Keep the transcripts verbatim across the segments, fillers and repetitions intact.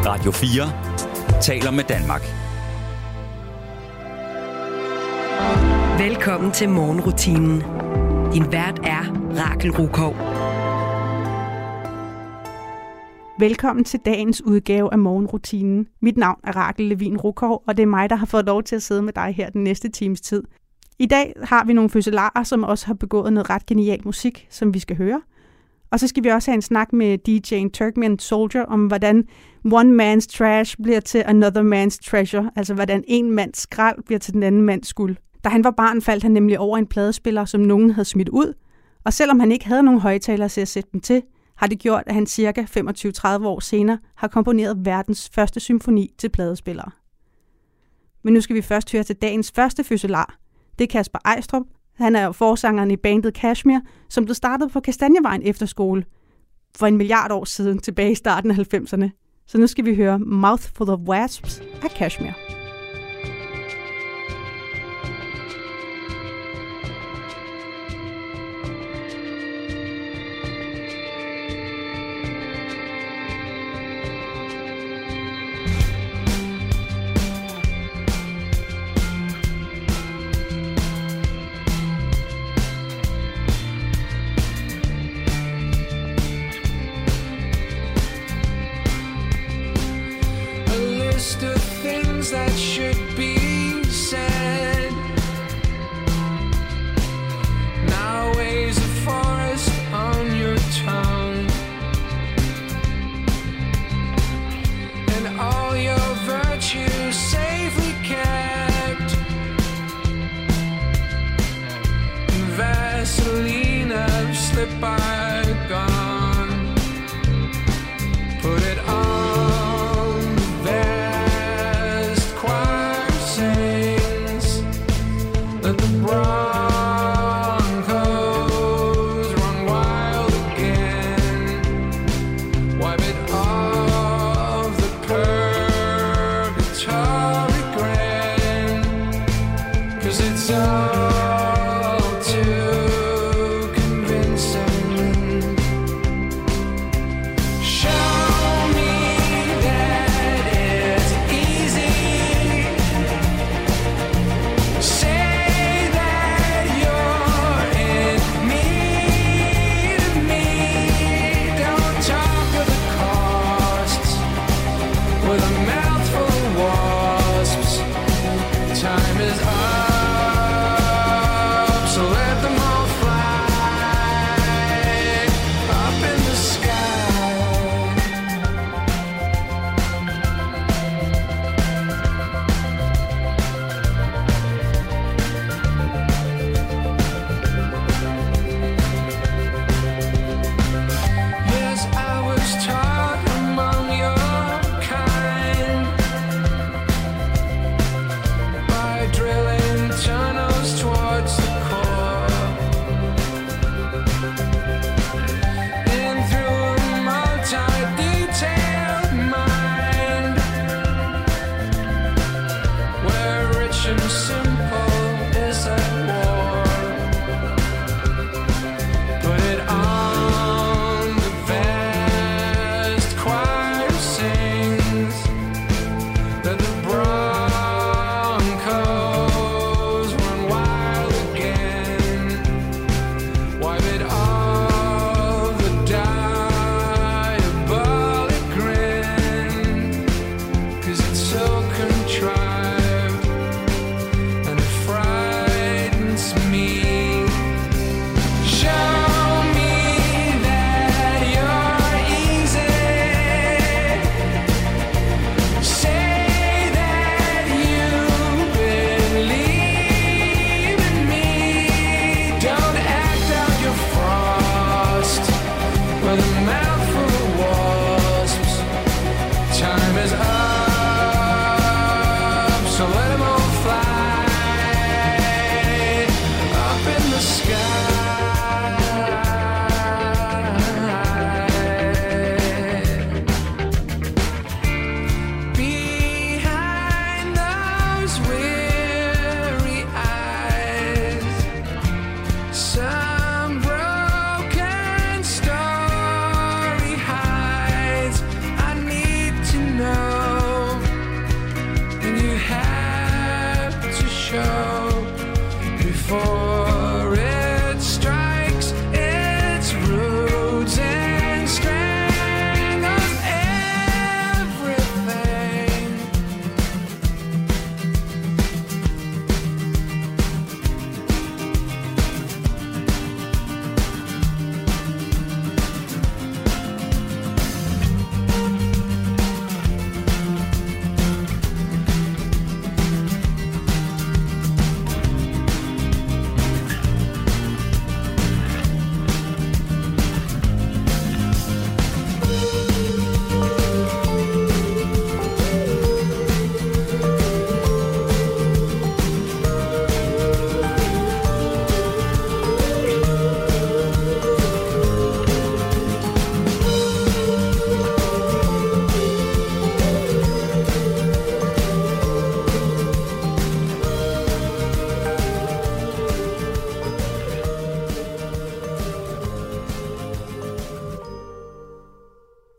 Radio fire taler med Danmark. Velkommen til morgenrutinen. Din vært er Rakel Rukov. Velkommen til dagens udgave af morgenrutinen. Mit navn er Rakel Levin Rukov, og det er mig, der har fået lov til at sidde med dig her den næste times tid. I dag har vi nogle fødselarer, som også har begået noget ret genial musik, som vi skal høre. Og så skal vi også have en snak med D J'en Turkmen Soldier om, hvordan one man's trash bliver til another man's treasure. Altså, hvordan en mands skrald bliver til den anden mands guld. Da han var barn, faldt han nemlig over en pladespiller, som nogen havde smidt ud. Og selvom han ikke havde nogen højtalere til at sætte dem til, har det gjort, at han cirka femogtyve til tredive år senere har komponeret verdens første symfoni til pladespillere. Men nu skal vi først høre til dagens første fødselar. Det er Kasper Ejstrup. Han er forsangeren i bandet Kashmir, som blev startet på Kastanjevejen Efterskole for en milliard år siden, tilbage i starten af halvfemserne. Så nu skal vi høre Mouthful of Wasps af Kashmir. That should be said. Now weighs a forest on your tongue, and all your virtues safely kept in Vaseline of slip by gone. Put it on. Show me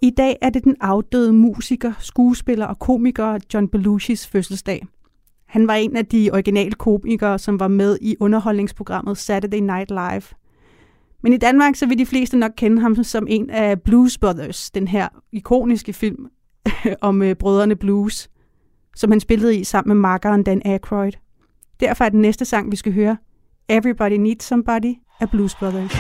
I dag er det den afdøde musiker, skuespiller og komiker John Belushis fødselsdag. Han var en af de originale komikere, som var med i underholdningsprogrammet Saturday Night Live. Men i Danmark så vil de fleste nok kende ham som en af Blues Brothers, den her ikoniske film om øh, brødrene Blues, som han spillede i sammen med makkeren Dan Aykroyd. Derfor er den næste sang, vi skal høre, Everybody Needs Somebody af Blues Brothers.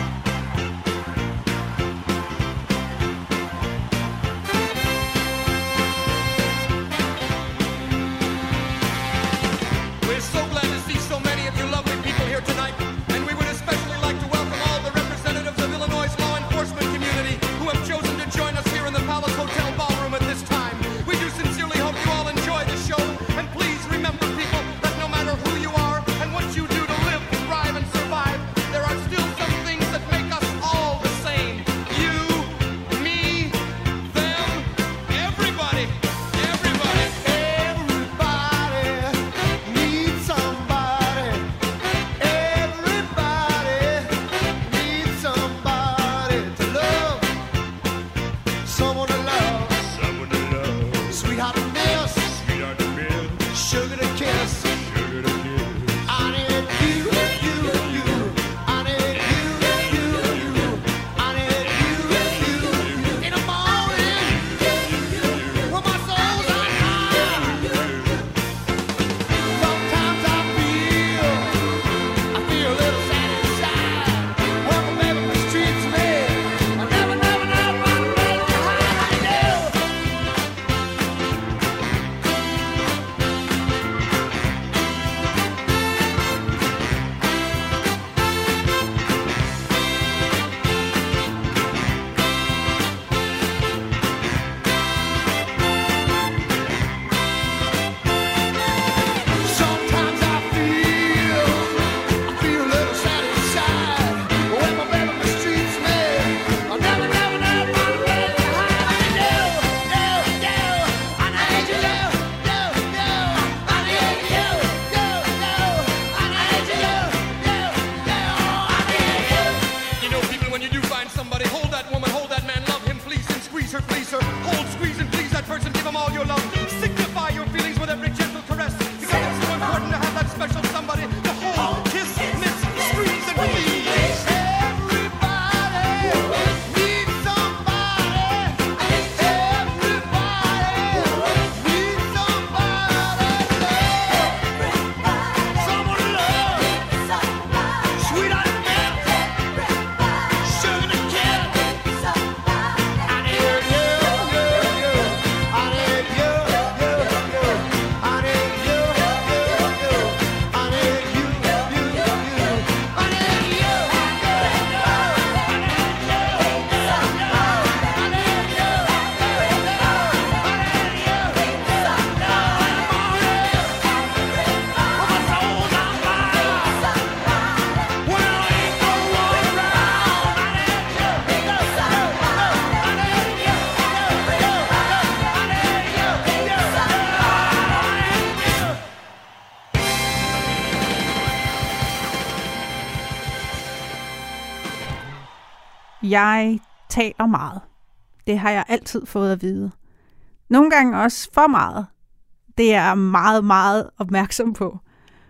Jeg taler meget. Det har jeg altid fået at vide. Nogle gange også for meget. Det er jeg meget, meget opmærksom på.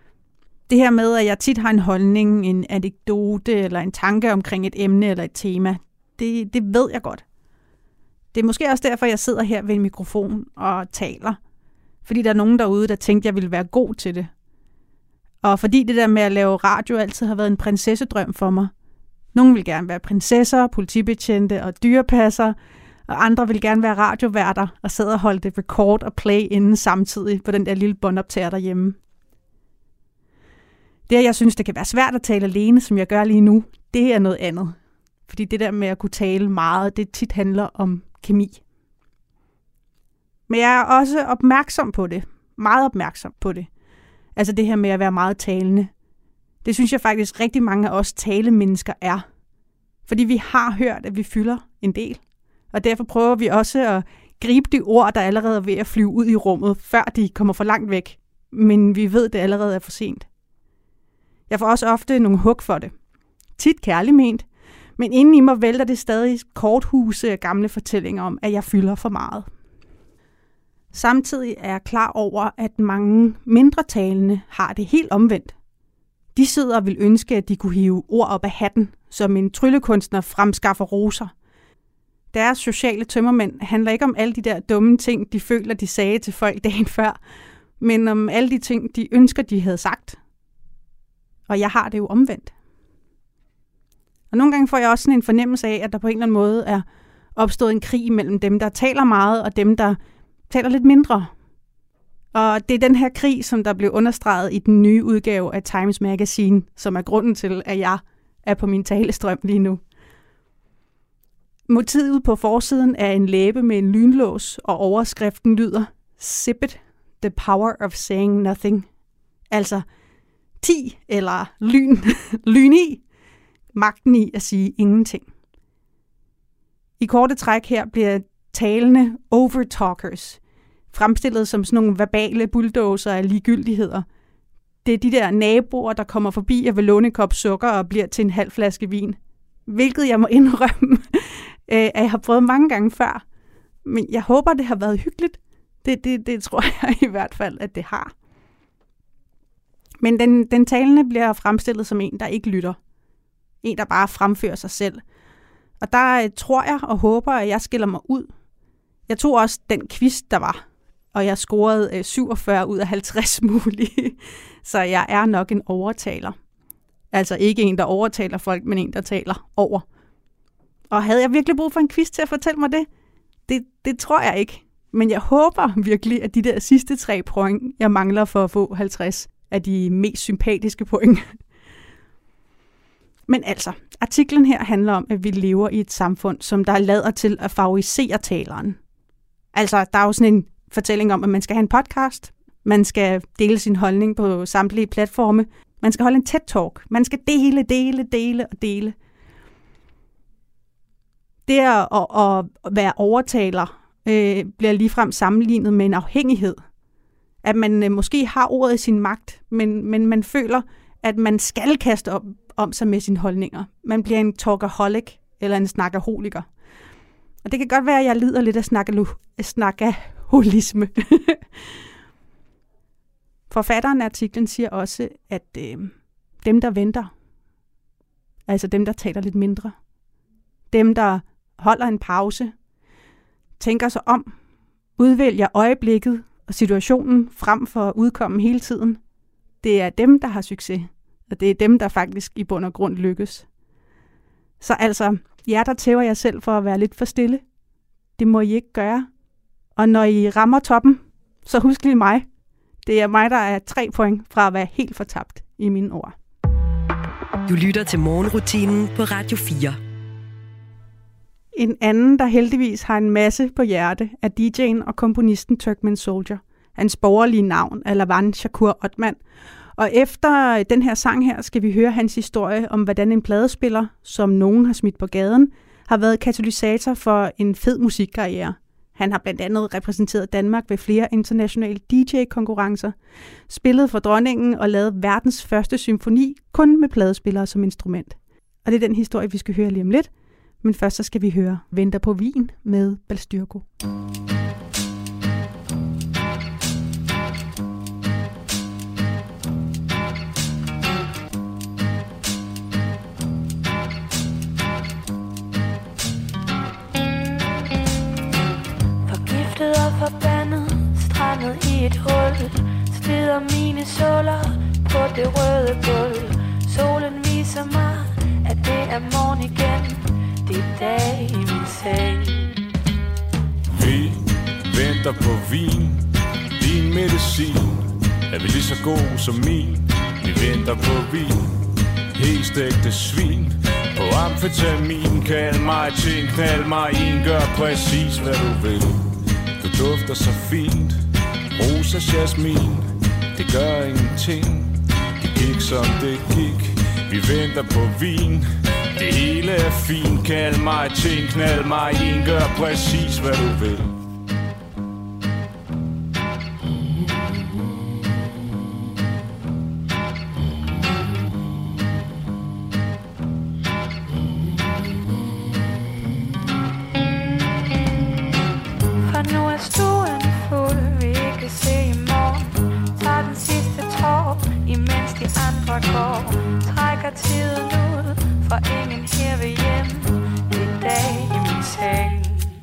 Det her med, at jeg tit har en holdning, en anekdote eller en tanke omkring et emne eller et tema, det, det ved jeg godt. Det er måske også derfor, jeg sidder her ved en mikrofon og taler. Fordi der er nogen derude, der tænkte, jeg ville være god til det. Og fordi det der med at lave radio altid har været en prinsessedrøm for mig. Nogle vil gerne være prinsesser, politibetjente og dyrepasser, og andre vil gerne være radioværter og sidde og holde det record og play inden samtidig på den der lille båndoptager derhjemme. Det, at jeg synes, det kan være svært at tale alene, som jeg gør lige nu, det er noget andet. Fordi det der med at kunne tale meget, det tit handler om kemi. Men jeg er også opmærksom på det. Meget opmærksom på det. Altså det her med at være meget talende. Det synes jeg faktisk rigtig mange af os talemennesker er. Fordi vi har hørt, at vi fylder en del. Og derfor prøver vi også at gribe de ord, der allerede er ved at flyve ud i rummet, før de kommer for langt væk. Men vi ved, at det allerede er for sent. Jeg får også ofte nogle hug for det. Tit kærligt ment, Men inden i mig vælter det stadig korthuse af gamle fortællinger om, at jeg fylder for meget. Samtidig er jeg klar over, at mange mindretalende har det helt omvendt. De sidder og vil ønske, at de kunne hive ord op af hatten, som en tryllekunstner fremskaffer roser. Deres sociale tømmermænd handler ikke om alle de der dumme ting, de føler, de sagde til folk dagen før, men om alle de ting, de ønsker, de havde sagt. Og jeg har det jo omvendt. Og nogle gange får jeg også sådan en fornemmelse af, at der på en eller anden måde er opstået en krig mellem dem, der taler meget, og dem, der taler lidt mindre. Og det er den her krig, som der blev understreget i den nye udgave af Times Magazine, som er grunden til, at jeg er på min talestrøm lige nu. Motivet på forsiden er en læbe med en lynlås, og overskriften lyder Zip it, the power of saying nothing. Altså ti eller lyn, lyn i, magten i at sige ingenting. I korte træk her bliver talende overtalkers fremstillet som sådan nogle verbale bulldozer af ligegyldigheder. Det er de der naboer, der kommer forbi og vil låne en kop sukker og bliver til en halv flaske vin. Hvilket jeg må indrømme, at jeg har prøvet mange gange før. Men jeg håber, det har været hyggeligt. Det, det, det tror jeg i hvert fald, at det har. Men den, den talende bliver fremstillet som en, der ikke lytter. En, der bare fremfører sig selv. Og der tror jeg og håber, at jeg skiller mig ud. Jeg tog også den quiz, der var, og jeg scorede syvogfyrre ud af halvtreds mulige. Så jeg er nok en overtaler. Altså ikke en, der overtaler folk, men en, der taler over. Og havde jeg virkelig brug for en quiz til at fortælle mig det? Det, det tror jeg ikke. Men jeg håber virkelig, at de der sidste tre point, jeg mangler for at få halvtreds, er de mest sympatiske point. Men altså, artiklen her handler om, at vi lever i et samfund, som der lader til at favorisere taleren. Altså, der er jo sådan en fortælling om, at man skal have en podcast, man skal dele sin holdning på samtlige platforme, man skal holde en TED-talk, man skal dele, dele, dele og dele. Det at, at, at være overtaler øh, bliver ligefrem sammenlignet med en afhængighed. At man øh, måske har ordet i sin magt, men, men man føler, at man skal kaste op om sig med sine holdninger. Man bliver en talkaholic eller en snakkaholiker. Og det kan godt være, at jeg lider lidt af snakkaholisme. Forfatteren af artiklen siger også, at øh, dem, der venter, altså dem, der taler lidt mindre, dem, der holder en pause, tænker sig om, udvælger øjeblikket og situationen frem for at udkomme hele tiden, det er dem, der har succes. Og det er dem, der faktisk i bund og grund lykkes. Så altså, jer der tæver jer selv for at være lidt for stille, det må I ikke gøre. Og når I rammer toppen, så husk lige mig. Det er mig, der er tre point fra at være helt fortabt i mine ord. Du lytter til morgenrutinen på Radio fire. En anden, der heldigvis har en masse på hjerte, er D J'en og komponisten Turkmen Soldier. Hans borgerlige navn er Lavan Shakur Othman. Og efter den her sang her, skal vi høre hans historie om, hvordan en pladespiller, som nogen har smidt på gaden, har været katalysator for en fed musikkarriere. Han har blandt andet repræsenteret Danmark ved flere internationale D J-konkurrencer, spillet for dronningen og lavet verdens første symfoni kun med pladespillere som instrument. Og det er den historie, vi skal høre lige om lidt. Men først så skal vi høre Venter på vin med Balstyrko. Forgiftet og forbandet, strandet i et hul, slider mine såler på det røde gulv. Solen viser mig, at det er morgen igen. Det er dag i min seng. Vi venter på vin, din medicin. Er vi lige så god som min? Vi venter på vin, helt stægte svin. På amfetamin, kald mig til en knald mig en. Gør præcis hvad du vil. Du dufter så fint, rosa jasmin. Det gør ingenting, det gik som det gik. Vi venter på vin, det hele er fint. Kald mig til en knald mig en. Gør præcis hvad du vil. går, trækker tiden ud, for ingen her vil hjem. En dag i min seng.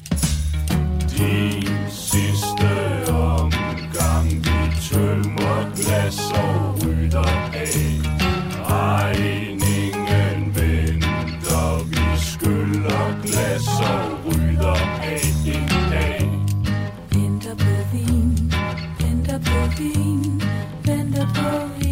Din sidste omgang, vi tømmer glas og rydder af. Regningen venter, vi skyller glas og rydder af en dag. Venter på vin, venter på vin, venter på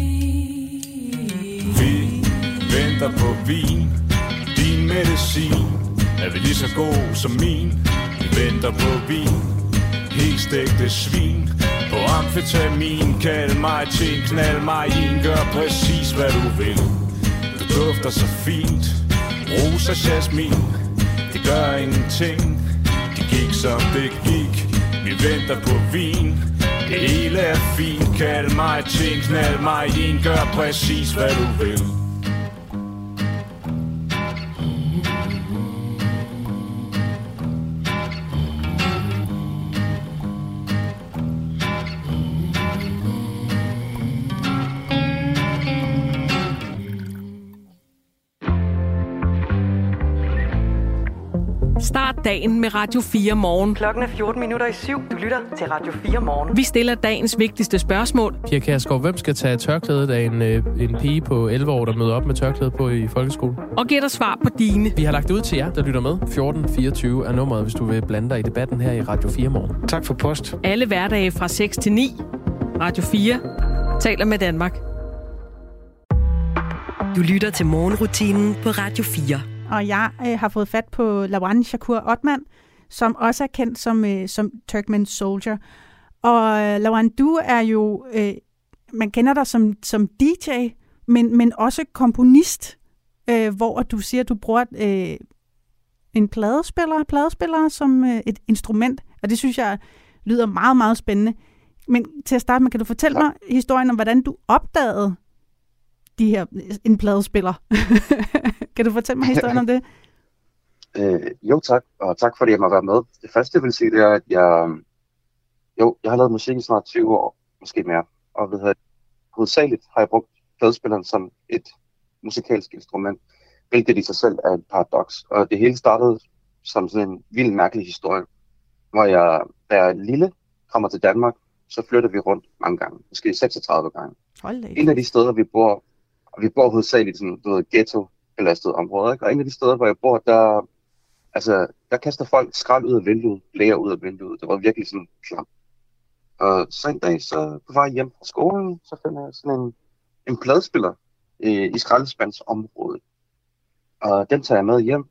vin. Vi venter på vin, din medicin er vel lige så god som min. Vi venter på vin, helt stegte svin. På amfetamin, kald mig til en knald mig i en. Gør præcis hvad du vil. Du dufter så fint, rosa jasmin. Det gør ingenting, det gik som det gik. Vi venter på vin, det hele er fint. Kald mig til en knald mig i en. Gør præcis hvad du vil. Start dagen med Radio fire Morgen. Klokken er fjorten minutter i syv. Du lytter til Radio fire Morgen. Vi stiller dagens vigtigste spørgsmål. Pia Kjærsgaard, hvem skal tage tørklædet af en, en pige på elleve år, der møder op med tørklæde på i folkeskolen? Og giver dig svar på dine. Vi har lagt det ud til jer, der lytter med. fjorten fireogtyve er nummeret, hvis du vil blande dig i debatten her i Radio fire Morgen. Tak for post. Alle hverdage fra seks til ni. Radio fire taler med Danmark. Du lytter til morgenrutinen på Radio fire. Og jeg øh, har fået fat på Lawan Shakur Othman, som også er kendt som, øh, som Turkmen Soldier. Og øh, Lawan, du er jo, øh, man kender dig som, som D J, men, men også komponist, øh, hvor du siger, at du bruger øh, en pladespiller, pladespiller som øh, et instrument. Og det synes jeg lyder meget, meget spændende. Men til at starte med, kan du fortælle mig historien om, hvordan du opdagede de her, en pladespiller? Kan du fortælle mig historien om det? Øh, jo tak, og tak fordi jeg må være med. Det første jeg vil sige, det er, at jeg, jo, jeg har lavet musik i snart tyve år, måske mere. Og ved at, hovedsageligt har jeg brugt pladespilleren som et musikalsk instrument, hvilket i sig selv er et paradoks. Og det hele startede som sådan en vild mærkelig historie, hvor jeg, da jeg er lille, kommer til Danmark, så flytter vi rundt mange gange, måske seksogtredive gange. En af de steder, vi bor, og vi bor hovedsageligt i sådan noget ghetto-belastet område, ikke? Og en af de steder, hvor jeg bor, der, altså, der kaster folk skrald ud af vinduet, blære ud af vinduet. Det var virkelig sådan klamt. Og så en dag, så på vej hjem fra skolen, så finder jeg sådan en, en pladespiller i, i skraldespandsområdet. Og den tager jeg med hjem.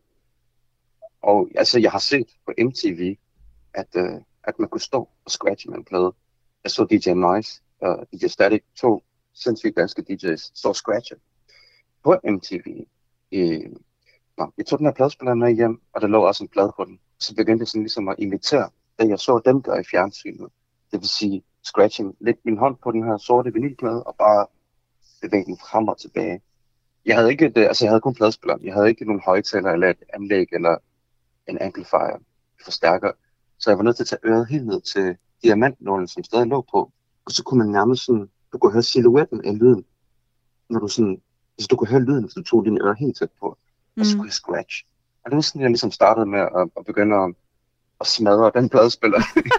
Og altså, jeg har set på M T V, at, uh, at man kunne stå og scratche med en plade. Jeg så D J Nice og D J Static, to sindssygt danske D J's, så scratche på M T V. Øh, nå, jeg tog den her pladespiller med hjem, og der lå også en plade på den. Så begyndte jeg sådan ligesom at imitere det, jeg så dem gøre i fjernsynet. Det vil sige scratching, lægge min hånd på den her sorte vinylplade, og bare bevæge den frem og tilbage. Jeg havde ikke, et, altså jeg havde kun pladespiller. Jeg havde ikke nogen højtaler eller et anlæg eller en amplifier, forstærker. Så jeg var nødt til at tage øret helt ned til diamantnålen, som stadig lå på. Og så kunne man nærmest sådan, du kunne høre silhuetten af lyden, når du sådan, altså du kunne høre lyden, hvis du tog dine ører helt tæt på, mm. og så kunne jeg scratch. Og det var sådan, jeg ligesom startede med at, at begynde at, at smadre den pladespiller.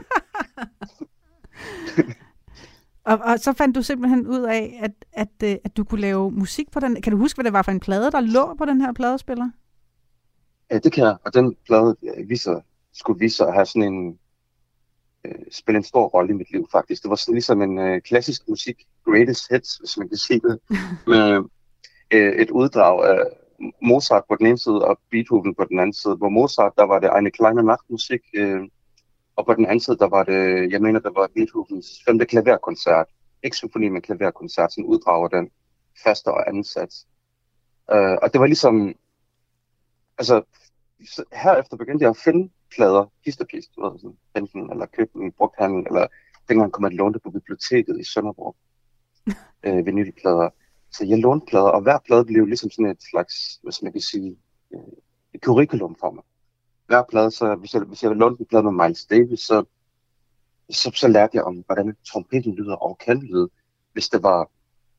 og, og så fandt du simpelthen ud af, at, at, at du kunne lave musik på den. Kan du huske, hvad det var for en plade, der lå på den her pladespiller? Ja, det kan jeg. Og den plade viser, skulle vise sig at have sådan en, øh, spille en stor rolle i mit liv, faktisk. Det var sådan ligesom en øh, klassisk musik, greatest hits, hvis man kan sige det, med øh, et uddrag af Mozart på den ene side, og Beethoven på den anden side. Hvor Mozart, der var det Eine kleine Nachtmusik, øh, og på den anden side, der var det, jeg mener, der var Beethovens femte klaverkoncert. Ikke symfoni, men klaverkoncert, sådan uddrag af den første og anden sats. Øh, og det var ligesom, altså, herefter begyndte jeg at finde plader, histerpist, sådan, enten eller købe en brugthandel, eller dengang kom jeg at låne det på biblioteket i Sønderborg, øh, vinylplader. Så jeg lånte plader, og hver plade blev ligesom sådan et slags, hvad man kan sige, øh, et curriculum for mig. Hver plade, så hvis jeg, hvis jeg lånte en plade med Miles Davis, så, så, så lærte jeg om, hvordan trompeten lyder og kan lyde. Hvis det var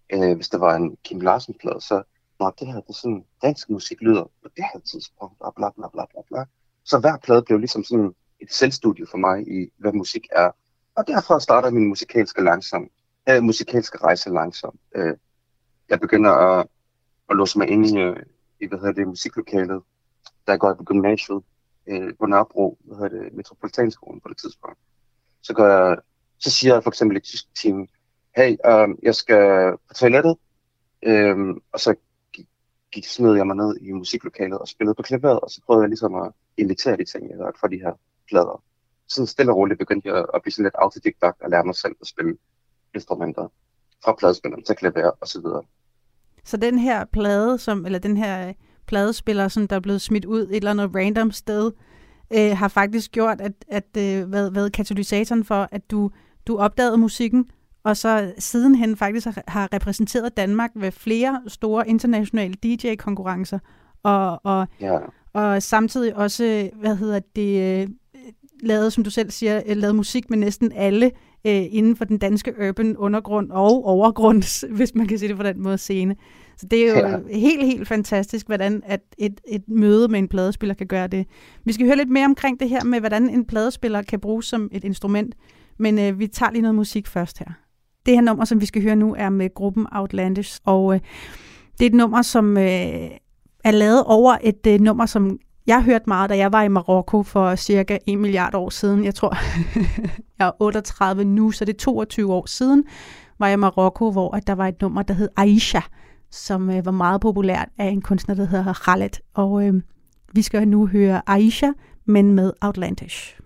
Øh, hvis der var en Kim Larsen-plade, så nå, det her det er sådan, dansk musik lyder på det her tidspunkt, og bla bla bla bla bla. Så hver plade blev ligesom sådan et selvstudie for mig i, hvad musik er. Og derfra starter min musikalske langsom, øh, musikalske rejse langsomt. Øh, jeg begynder at, at låse mig ind i, øh, i hvad hedder det, musiklokalet, da jeg går på gymnasiet øh, på Nørrebro, hvad hedder det, Metropolitanskolen på det tidspunkt. Så, går jeg, så siger jeg for eksempel i tysk team, hey, øh, jeg skal på toilettet, øh, og så gik smed jeg mig ned i musiklokalet og spillede på klaveret, og så prøvede jeg ligesom at invitere de ting, jeg havde for de her plader. Sådan stille og roligt begyndte jeg at blive sådan lidt autodidakt og lære mig selv at spille instrumenter fra pladespilleren til klaver og så videre. Så den her plade, som, eller den her pladespiller, som der er blevet smidt ud et eller andet random sted, øh, har faktisk gjort, at, at øh, været, været katalysatoren for, at du, du opdagede musikken, og så sidenhen faktisk har, har repræsenteret Danmark ved flere store internationale D J-konkurrencer, og, og, ja. og samtidig også, hvad hedder det, øh, lavet, som du selv siger, lavet musik med næsten alle øh, inden for den danske urban undergrund og overgrund, hvis man kan sige det på den måde, scene. Så det er jo ja. helt, helt fantastisk, hvordan at et, et møde med en pladespiller kan gøre det. Vi skal høre lidt mere omkring det her med, hvordan en pladespiller kan bruges som et instrument, men øh, vi tager lige noget musik først her. Det her nummer, som vi skal høre nu, er med gruppen Outlandish, og øh, det er et nummer, som øh, er lavet over et øh, nummer, som jeg hørte meget, da jeg var i Marokko for cirka en milliard år siden. Jeg tror, jeg er otteogtredive nu, så det er toogtyve år siden, var jeg i Marokko, hvor der var et nummer, der hed Aisha, som øh, var meget populært af en kunstner, der hedder Khaled. Og øh, vi skal nu høre Aisha, men med Outlandish.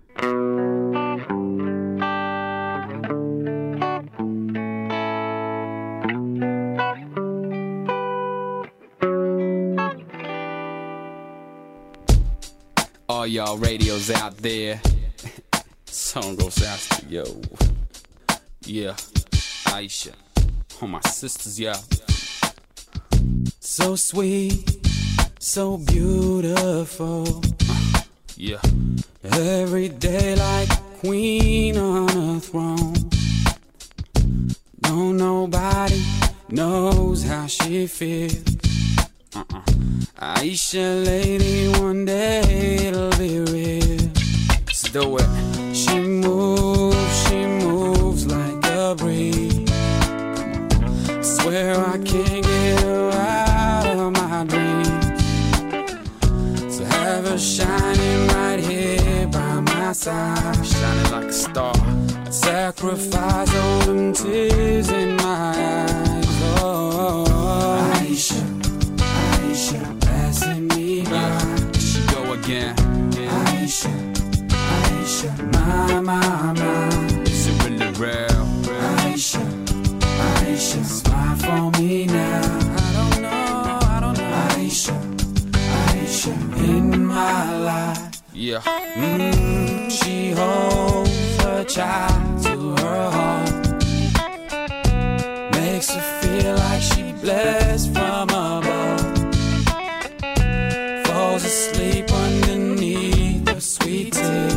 All y'all radios out there, song goes out to yo. Yeah, Aisha, all my sisters, yeah. So sweet, so beautiful. Uh, yeah, every day like queen on a throne. No, nobody knows how she feels. Uh-uh. Aisha, lady, one day it'll be real. Let's do it. She moves, she moves like a breeze. Swear I can't get her out of my dreams. So have her shining right here by my side, shining like a star. I'd sacrifice all them tears in my eyes. Oh, Aisha, Aisha, passing me by. She go again. Aisha, Aisha, my, my, my. Is it really real? Aisha, Aisha, smile for me now. I don't know, I don't know. Aisha, Aisha, in my life. Yeah. Mm, she holds her child to her heart. Makes her feel like she blessed from above. Falls asleep underneath the sweet tea.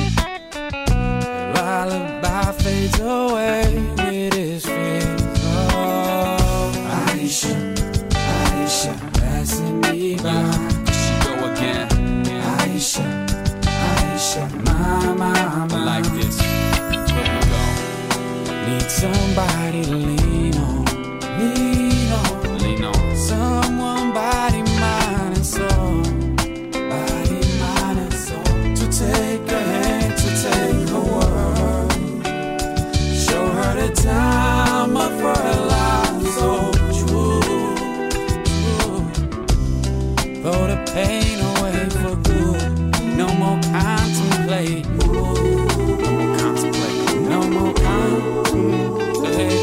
Lullaby fades away with his fears. Oh, Aisha, Aisha, passing me by. She go again. Aisha, Aisha, my, my, my. Like this. Here we go. Need somebody to lean on. Lean on. Lean on. Someone body, mind, and soul. Body, mind, and soul. To take her hand, to take her word. Show her the time of her life. So true, true. Throw the pain away for good. No more contemplate. No more contemplate. No more contemplate.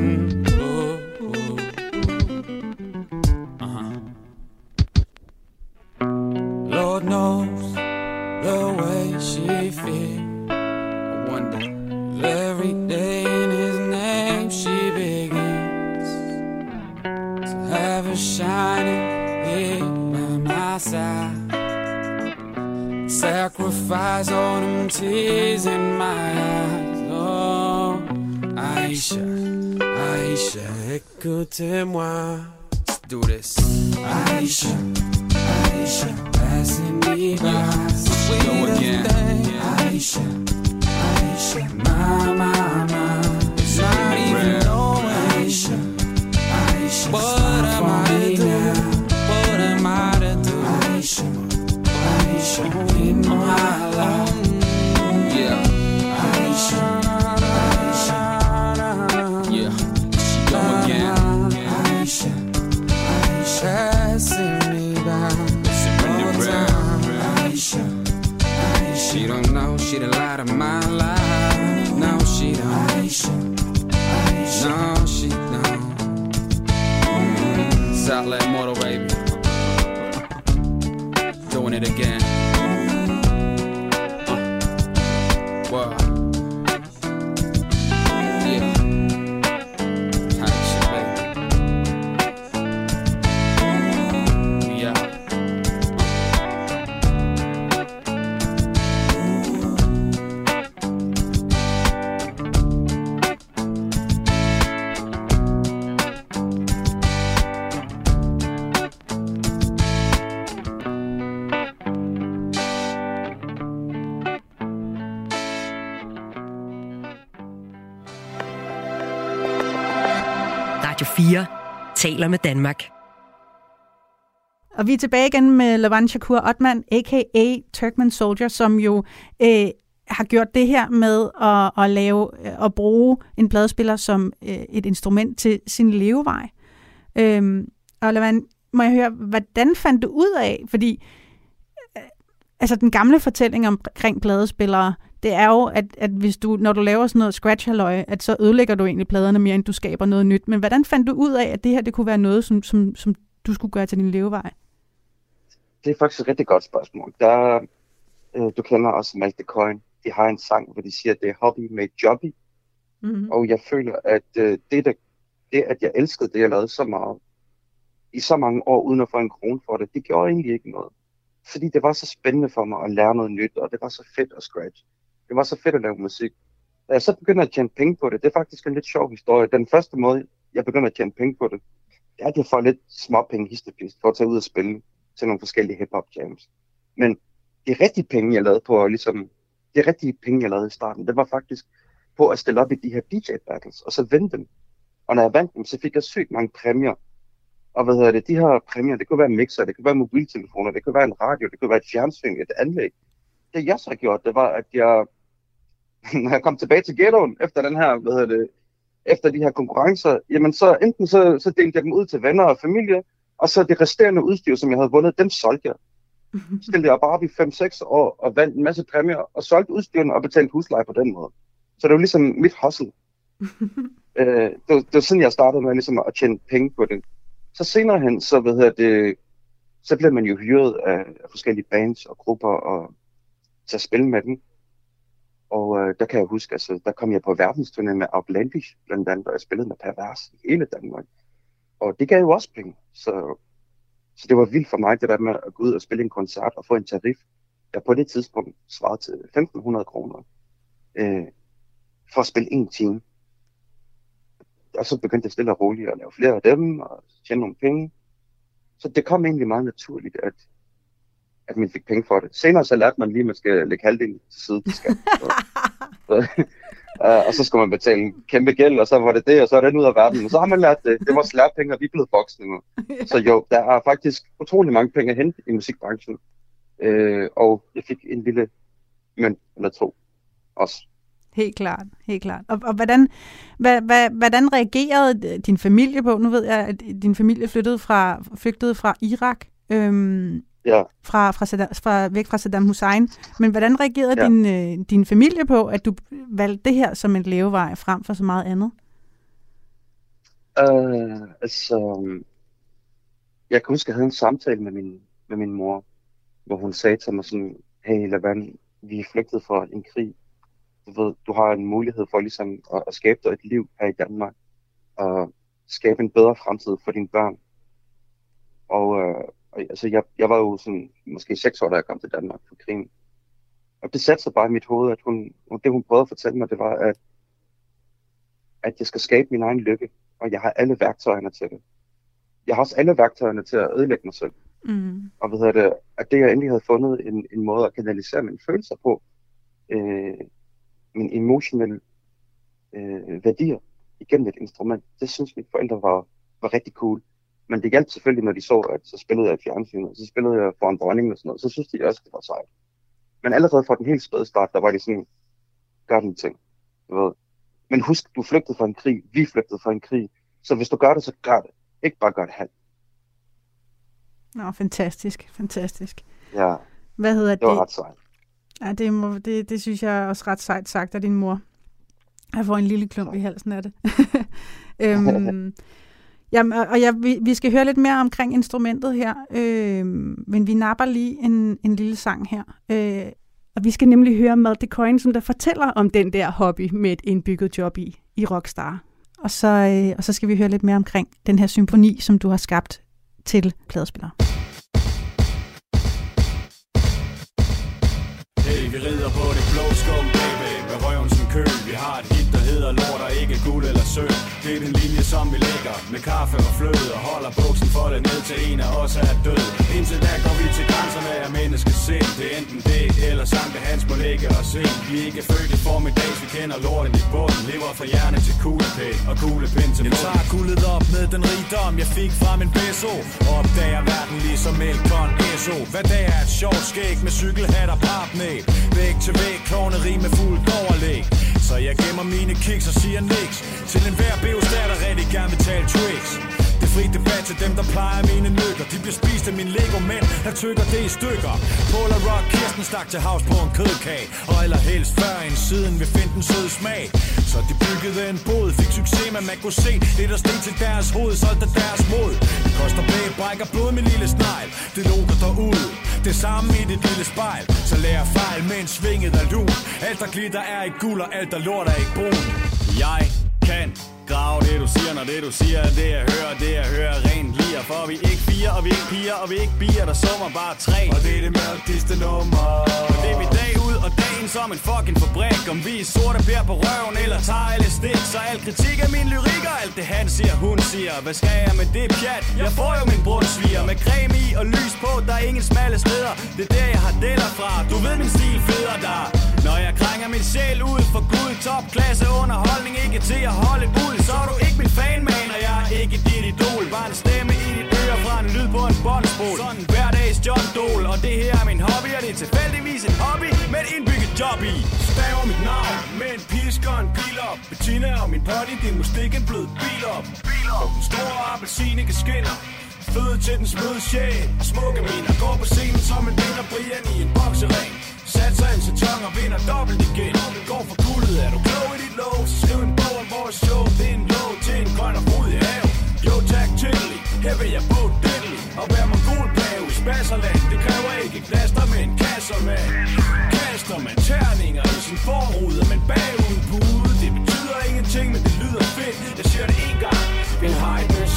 Lord knows the way she feels. I wonder every day in his name she begins. To have her shining here by my side. Sacrifice all them tears in my eyes. Oh, Aisha, Aisha. Aisha, écoutez-moi. Let's do this. Aisha, Aisha, passing me by. Go again. Aisha, Aisha, my, my, my. Not even knowing Aisha, Aisha, what am I to do? What am I to do? Aisha, Aisha, in my life. Yeah, Aisha, Aisha, yeah. Go again. Aisha, Aisha, passing me by. Aisha, Aisha, she don't know she the light of my life. No, she don't. Aisha, Aisha, no, she don't. Mm-hmm. Southland Motor, baby. Doing it again. Uh. Wow. Yeah. Aisha, baby. Yeah. Radio fire taler med Danmark. Og vi er tilbage igen med Levan Shakur Othman, a k a. Turkmen Soldier, som jo øh, har gjort det her med at, at lave at bruge en pladespiller som øh, et instrument til sin levevej. Øhm, og Levan, må jeg høre, hvordan fandt du ud af, fordi øh, altså den gamle fortælling omkring pladespillere, det er jo, at, at hvis du, når du laver sådan noget scratch-halløj, at så ødelægger du egentlig pladerne mere, end du skaber noget nyt. Men hvordan fandt du ud af, at det her det kunne være noget, som, som, som du skulle gøre til din levevej? Det er faktisk et rigtig godt spørgsmål. Der, øh, du kender også Malte Coyne. De har en sang, hvor de siger, at det er hobby med jobby. Mm-hmm. Og jeg føler, at øh, det, der, det, at jeg elskede det, jeg lavede så meget, i så mange år, uden at få en krone for det, det gjorde egentlig ikke noget. Fordi det var så spændende for mig at lære noget nyt, og det var så fedt at scratch. Det var så fedt at lave musik. Da jeg så begyndte at tjene penge på det, det er faktisk en lidt sjov historie. Den første måde, jeg begyndte at tjene penge på det, det er, at jeg får lidt småpenge histepist for at tage ud og spille til nogle forskellige hip-hop jams. Men de rigtige penge, jeg lavede på, ligesom, de rigtige penge, jeg lavede i starten, det var faktisk på at stille op i de her D J battles, og så vinde dem. Og når jeg vandt dem, så fik jeg sygt mange præmier. Og hvad hedder det, de her præmier, det kunne være mixer, det kunne være mobiltelefoner, det kunne være en radio, det kunne være et fjernsyn, et anlæg. Det jeg så har gjort, det var, at jeg, når jeg kom tilbage til ghettoen efter den her, hvad hedder det, efter de her konkurrencer, jamen så enten så, så delte jeg dem ud til venner og familie, og så det resterende udstyr, som jeg havde vundet, dem solgte jeg. Stillede jeg bare op i fem seks år og vandt en masse præmier, og solgte udstyrene og betalte husleje på den måde. Så det var ligesom mit hustle. øh, det, var, det var sådan, jeg startede med ligesom at tjene penge på det. Så senere hen, så, hvad hedder det, så blev man jo hyret af, af forskellige bands og grupper og til at spille med dem. Og øh, der kan jeg huske, altså, der kom jeg på verdensturné med Outlandish, blandt andet, og jeg spillede med Pervers i hele Danmark. Og det gav jo også penge, så, så det var vildt for mig, det der med at gå ud og spille en koncert og få en tarif, der på det tidspunkt svarede til femten hundrede kroner øh, for at spille en time. Og så begyndte jeg stille og roligt at lave flere af dem og tjene nogle penge. Så det kom egentlig meget naturligt, at, at man fik penge for det. Senere så lærte man lige, at man skal lægge halvdelen til side til skat. Så, så, uh, og så skulle man betale en kæmpe gæld, og så var det det, og så er det ud af verden. Og så har man lært det. Det var slærpenge, og vi er blevet voksne nu. Så jo, der er faktisk utrolig mange penge at hente i musikbranchen. Uh, og jeg fik en lille mønt eller to også. Helt klart, helt klart. Og, og hvordan, hvad, hvad, hvordan reagerede din familie på? Nu ved jeg, at din familie flyttede fra, flygtede fra Irak, øhm, ja. fra, fra, fra, væk fra Saddam Hussein. Men hvordan reagerede ja. din, øh, din familie på, at du valgte det her som en levevej frem for så meget andet? Uh, altså, jeg kan huske, at jeg havde en samtale med min, med min mor, hvor hun sagde til mig sådan, hey Levan, vi er flygtet fra en krig. Du ved, du har en mulighed for ligesom at, at skabe dig et liv her i Danmark, og skabe en bedre fremtid for dine børn. Og øh, altså, jeg, jeg var jo sådan, måske seks år, da jeg kom til Danmark for krigen. Og det satte sig bare i mit hoved, at hun, det hun prøvede at fortælle mig, det var, at, at jeg skal skabe min egen lykke. og jeg har alle værktøjerne til det. Jeg har også alle værktøjerne til at ødelægge mig selv. Mm. Og hvad hedder det, at det jeg endelig havde fundet en, en måde at kanalisere mine følelser på, øh, mine emotionelle øh, værdier igennem et instrument, det synes mine forældre var, var rigtig cool. Men det hjalp selvfølgelig, når de så, at så spillede jeg et fjernsyn, og så spillede jeg foran dronningen og sådan noget, så synes de også, det var sejt. Men allerede fra den helt spæde start, der var de sådan, gør den ting. Du ved. Men husk, du flygtede fra en krig, vi flygtede fra en krig, så hvis du gør det, så gør det. Ikke bare gør det halvt. Nå, fantastisk, fantastisk. Ja, Hvad hedder det var det? ret sejt. Ja, det, må, det, det synes jeg er også ret sejt sagt af din mor. Jeg får en lille klump i halsen af det. øhm, jamen, og jeg, vi, vi skal høre lidt mere omkring instrumentet her, øhm, men vi napper lige en, en lille sang her. Øh, og vi skal nemlig høre Matt DeCoin, som der fortæller om den der hobby med et indbygget job i, i Rockstar. Og så, øh, og så skal vi høre lidt mere omkring den her symfoni, som du har skabt til pladespillere. Hey, vi rider på det blå skum, baby, med røven som køl. Vi har et hit, der hedder lort og ikke guld eller sølv. Det er den linje, som vi lægger med kaffe og fløde, og holder buksen foldet ned til en af os er død. Indtil da går vi til grænserne af menneskets sind. Det er enten det, eller Sankt Hans må lægge os ind. Vi er ikke født i formiddags, vi kender lorten i bunden. Lever fra hjerne til kuglepind og kuglepind til bunden. Jeg tager guldet op med den rigdom, jeg fik fra min beso, og opdager verden ligesom Elkon S O. Hvad dag er et sjovt skæg med cykelhat og papnæb. Væg til væg, klovneri med fuldt overlæg. Så jeg gemmer mine kicks og siger niks til enhver beos, der der rigtig gerne vil tale tricks. Det er fri debat til dem, der plejer mine nykker. De bliver spist af mine Lego-mænd, der tykker det i stykker. Polar Rock, Kirsten stak til havs på en kødkage, og allerhelst før en siden vil finde den søde smag. Så de byggede en båd, fik succes, men man kunne se lidt der sten til deres hoved, solgte deres mod. Det koster bag, brækker blod med lille snegl. Det lukker derude, det samme i dit lille spejl. Så lærer fejl, men svinget er lun. Alt der glitter er ikke guld, og alt der lort er ikke brun. Jeg kan grave det du siger, når det du siger er det jeg hører, det jeg hører rent lir. For vi er ikke fire, og vi er ikke piger, og vi er ikke bier, der summer bare tre. Og det er det mørkeste nummer. Og det er vi dag ud og dagen som en fucking fabrik. Om vi er sorte bær på røven eller tager alle stik. Så al kritik af min lyrik og alt det han siger, hun siger. Hvad skal jeg med det pjat? Jeg får jo min brunsviger med creme i og lys på. Der er ingen smalle steder, det er der jeg har deler fra. Du ved min stil feder der. Når jeg krænger min sjæl ud for Gud, topklasse underholdning, ikke til at holde ud. Så er du ikke min fanman, og jeg er ikke dit idol. Bare en stemme i dit øre fra en lyd på en båndspol. Sådan en hverdags John Dole, og det her er min hobby. Og det er tilfældigvis en hobby med et indbygget job i. Staver mit navn med en pisk og en pil op. Bettina og min potty, din mustik en blød bil op. Og den store appelsin ikke skinner. Føde til den smøde sjæl og smukke min. Og går på scenen som en vinder Brian i en boksering. Satser en sæton og vinder dobbelt igen. Går for guldet, er du klog i dit lov, så skriv en bog om vores show. Det er en lov til en grøn og frodig have. Jo tak, tiddly, her vil jeg bo diddly. Og være mongolpave i Spasserland. Det kræver ikke knaster, men kasser man. Kaster man terninger i sin forrude, men bagud på ude. Det betyder ingenting, men det lyder fedt. Jeg siger det en gang. Vil have et med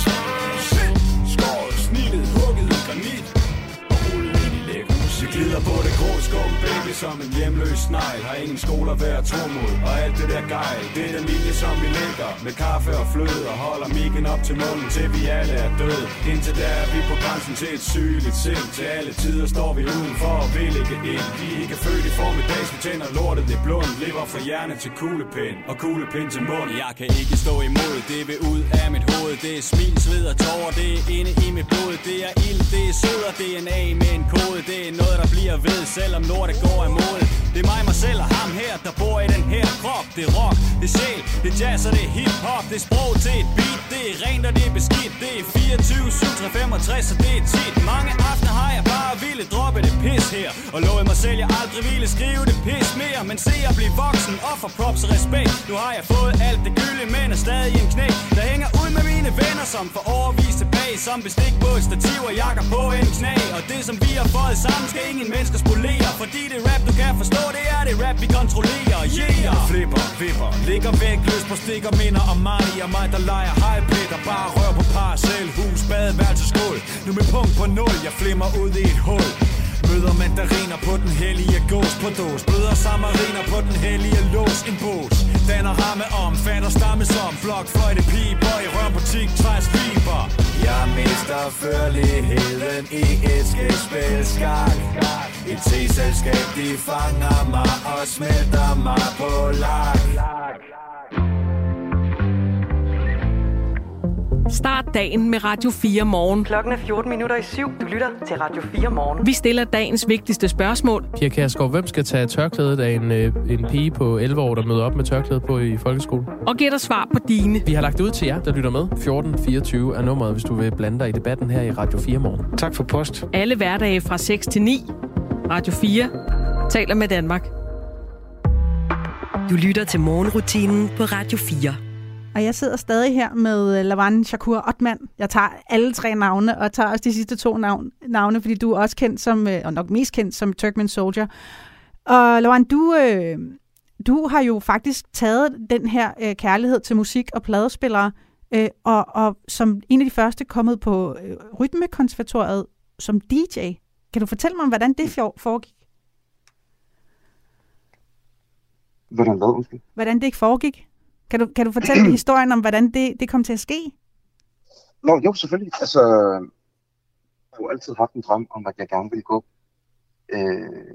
skåret, snittet, hugget i granit. Og rullet ind i lækker musik. Glider på det grå skum, baby, som en hjemløs snegl. Har ingen skoler at være tro mod. Og alt det der gejl, det er den linje, som vi lægger. Med kaffe og fløde og holder mikken op til munden, til vi alle er døde. Indtil der er vi på grænsen til et sygeligt sind. Til alle tider står vi udenfor og vil ikke ind. Vi er ikke født i formiddags, vi tænder lortet i blund. Lever fra hjerne til kuglepind og kuglepind til mund. Jeg kan ikke stå imod, det vil ud af mit hoved. Det er smil, sved og tårer, det er inde i mit blod. Det er ild, det er sod og D N A med en kode. Det er noget, der bliver ved, selvom lortet går imod. Det er mig, mig selv og ham her, der bor i den her krop. Det er rock, det er sjæl, det er jazz og det er hip-hop. Det er sprog til et beat, det er rent og det er beskidt. Det er fireogtyve syv tre femogtres og det er tit. Mange aftener har jeg bare ville droppe det pis her. Og lovet mig selv, jeg aldrig ville skrive det pis mere. Men se at blive voksen og for props og respekt. Nu har jeg fået alt det gylde, men er stadig en knæk. Der hænger ud med mine venner, som får overvist tilbage. Som bestik på et stativ og jakker på en knæ. Og det som vi har fået sammen, skal ingen mennesker spolere. Fordi det rap du kan forstå, det er det rap vi kontrollerer. Yeah! Flipper, vipper, ligger væk, løs på stikker, minder om Marty og mig, der leger hejpletter. Bare rør på parcelhus, badeværelse, skål. Nu med punkt på nul, jeg flimmer ud i et hul. Møder mandariner på den hellige gås på dås. Bløder samariner på den hellige lås. En bås, danner ramme om, fatter stamme som blok, fløjte, piber i rømbutik, træs, fiber. Jeg mister førligheden i et skældspil skak. Et te-selskab, de fanger mig og smelter mig på lak. Start dagen med Radio fire Morgen. Klokken er fjorten minutter i syv. Du lytter til Radio fire Morgen. Vi stiller dagens vigtigste spørgsmål. Pia Kjærsgaard, hvem skal tage tørklædet af en, en pige på elleve år, der møder op med tørklædet på i folkeskolen? Og giver dig svar på dine. Vi har lagt ud til jer, der lytter med. fjorten fireogtyve er nummeret, hvis du vil blande dig i debatten her i Radio fire Morgen. Tak for post. Alle hverdage fra seks til ni. Radio fire taler med Danmark. Du lytter til morgenrutinen på Radio fire. Og jeg sidder stadig her med Lavan Shakur Othman. Jeg tager alle tre navne, og tager også de sidste to navn, navne, fordi du er også kendt som, og nok mest kendt som Turkmen Soldier. Og Lavan, du, øh, du har jo faktisk taget den her øh, kærlighed til musik og pladespillere, øh, og, og som en af de første kommet på øh, Rytmekonservatoriet som D J. Kan du fortælle mig, hvordan det foregik? Hvordan hvad, måske? Hvordan det ikke foregik? Kan du, kan du fortælle historien om, hvordan det, det kom til at ske? Nå, jo, selvfølgelig. Altså, jeg har jo altid haft en drøm om, at jeg gerne ville gå. Øh,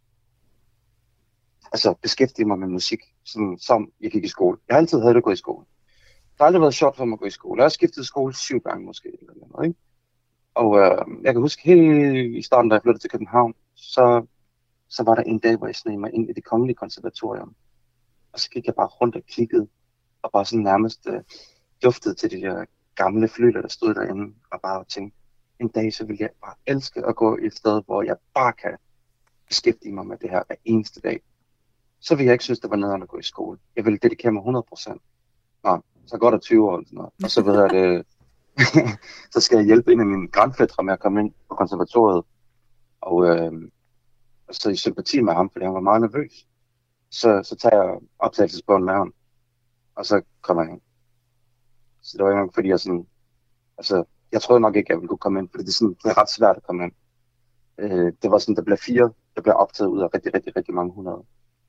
altså, beskæftige mig med musik, sådan, som jeg gik i skole. Jeg har altid havde det gået i skole. Det har aldrig været sjovt for mig at gå i skole. Jeg har skiftet skole syv gange måske. Eller noget, ikke? Og øh, jeg kan huske helt i starten, da jeg flyttede til København, så, så var der en dag, hvor jeg sneg mig ind i Det Kongelige Konservatorium. Og så gik jeg bare rundt og kiggede, og bare sådan nærmest øh, duftede til de der gamle fløjter, der stod derinde, og bare tænkte, en dag så vil jeg bare elske at gå et sted, hvor jeg bare kan beskæftige mig med det her hver eneste dag. Så vil jeg ikke synes, det var nederen at gå i skole. Jeg vil dedikere mig hundrede procent. Nå, så går der tyve år eller sådan noget. Og så ved jeg, det, så skal jeg hjælpe en af mine grandfætre med at komme ind på konservatoriet. Og, øh, og så i sympati med ham, fordi han var meget nervøs. Så, så tager jeg optagelsesbogen med ham, og så kommer jeg ind. Så det var ikke fordi jeg sådan, altså, jeg troede nok ikke, jeg ville kunne komme ind, fordi det er, sådan, det er ret svært at komme ind. Øh, det var sådan, der blev fire, der blev optaget ud af rigtig, rigtig, rigtig mange hundrede.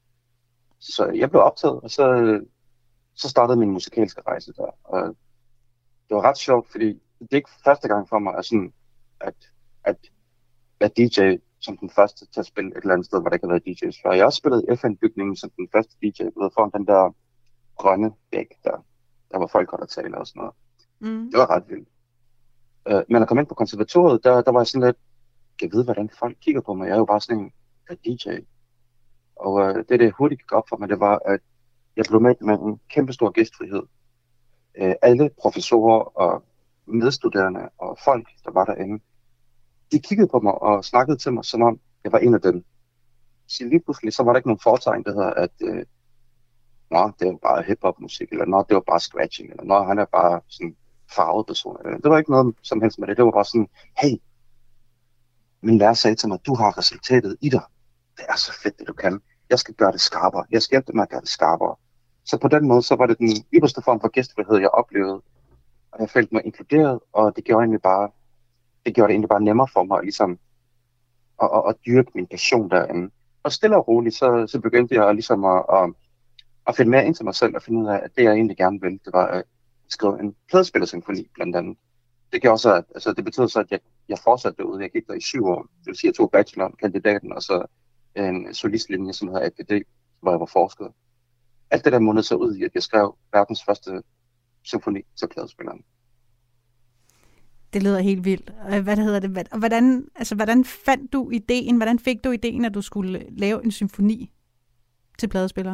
Så jeg blev optaget, og så, så startede min musikalske rejse der. Og det var ret sjovt, fordi det er ikke første gang for mig, at, sådan, at, at være D J som den første til at spille et eller andet sted, hvor der ikke har været D J's før. Jeg har også spillet i F N-bygningen som den første D J, ved foran den der grønne væg, der, der var folk godt at tale og sådan noget. Mm. Det var ret vildt. Uh, men at komme ind på konservatoriet, der, der var jeg sådan lidt, jeg ved, hvordan folk kigger på mig. Jeg er jo bare sådan en, en D J. Og uh, det, det hurtigt gik op for mig, det var, at jeg blev med med en kæmpe stor gæstfrihed. Uh, alle professorer og medstuderende og folk, der var derinde, de kiggede på mig og snakkede til mig, som om jeg var en af dem. Så lige pludselig, så var der ikke nogen fortegn, der hedder, at øh, nå, det var bare hip-hop-musik, eller nå, det var bare scratching, eller nå, han er bare sådan farvet person. Det var ikke noget som helst med det. Det var bare sådan, hey, min lærer sagde til mig, du har resultatet i dig. Det er så fedt, det du kan. Jeg skal gøre det skarpere. Jeg skal hjælpe dig med at gøre det skarpere. Så på den måde, så var det den ypperste form for gæstfrihed, jeg oplevede. Og jeg følte mig inkluderet, og det gjorde egentlig bare Det gjorde det egentlig bare nemmere for mig ligesom, at, at, at dyrke min passion derinde. Og stille og roligt, så, så begyndte jeg ligesom at, at, at finde mere ind til mig selv og finde ud af, at det jeg egentlig gerne ville, det var at skrive en pladespillersymfoni blandt andet. Det gjorde så, at, altså, det betød så, at jeg, jeg fortsatte derude. Jeg gik der i syv år. Det vil sige, at jeg tog bacheloren, kandidaten og så en solistlinje, som hedder A P D, hvor jeg var forsker. Alt det der mundede så ud i, at jeg skrev verdens første symfoni til pladespilleren. Det lyder helt vildt. Hvad hedder det? Og hvordan, altså, hvordan fandt du ideen? Hvordan fik du ideen, at du skulle lave en symfoni til pladespillere?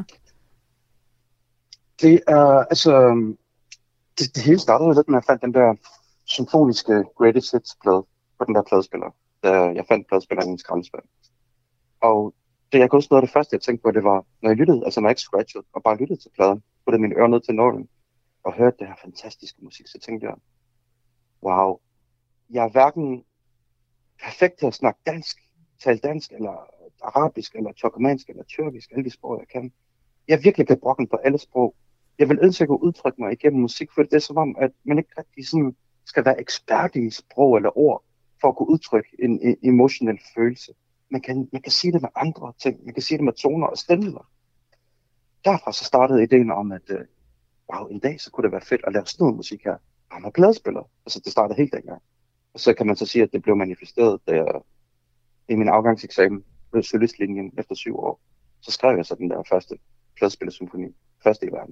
Det er, altså, det, det hele startede lidt med, at jeg fandt den der symfoniske Greatest Hits-plade på den der pladespiller. Da jeg fandt pladespilleren i en skraldespand. Og det, jeg kunne huske noget af det første, jeg tænkte på, det var, når jeg lyttede, altså når jeg ikke scratchede, og bare lyttede til pladen, puttede mine ører ned til nålen, og hørte det her fantastiske musik, så tænkte jeg, wow, jeg er hverken perfekt til at snakke dansk, tale dansk, eller arabisk, eller turkomansk, eller tyrkisk, alle de sprog, jeg kan. Jeg virkelig kan brokken på alle sprog. Jeg vil ønske at kunne udtrykke mig igennem musik, for det er som om, at man ikke rigtig sådan skal være ekspert i sprog eller ord, for at kunne udtrykke en, en emotionel følelse. Man kan, man kan sige det med andre ting. Man kan sige det med toner og stemmer. derfra så startede ideen om, at øh, wow, en dag så kunne det være fedt at lave sådan noget musik her. Og med pladespiller. Altså det startede helt dengang. Og så kan man så sige, at det blev manifesteret, da jeg i min afgangseksamen på solistlinjen efter syv år, så skrev jeg så den der første pladespillersymfoni. Første i verden.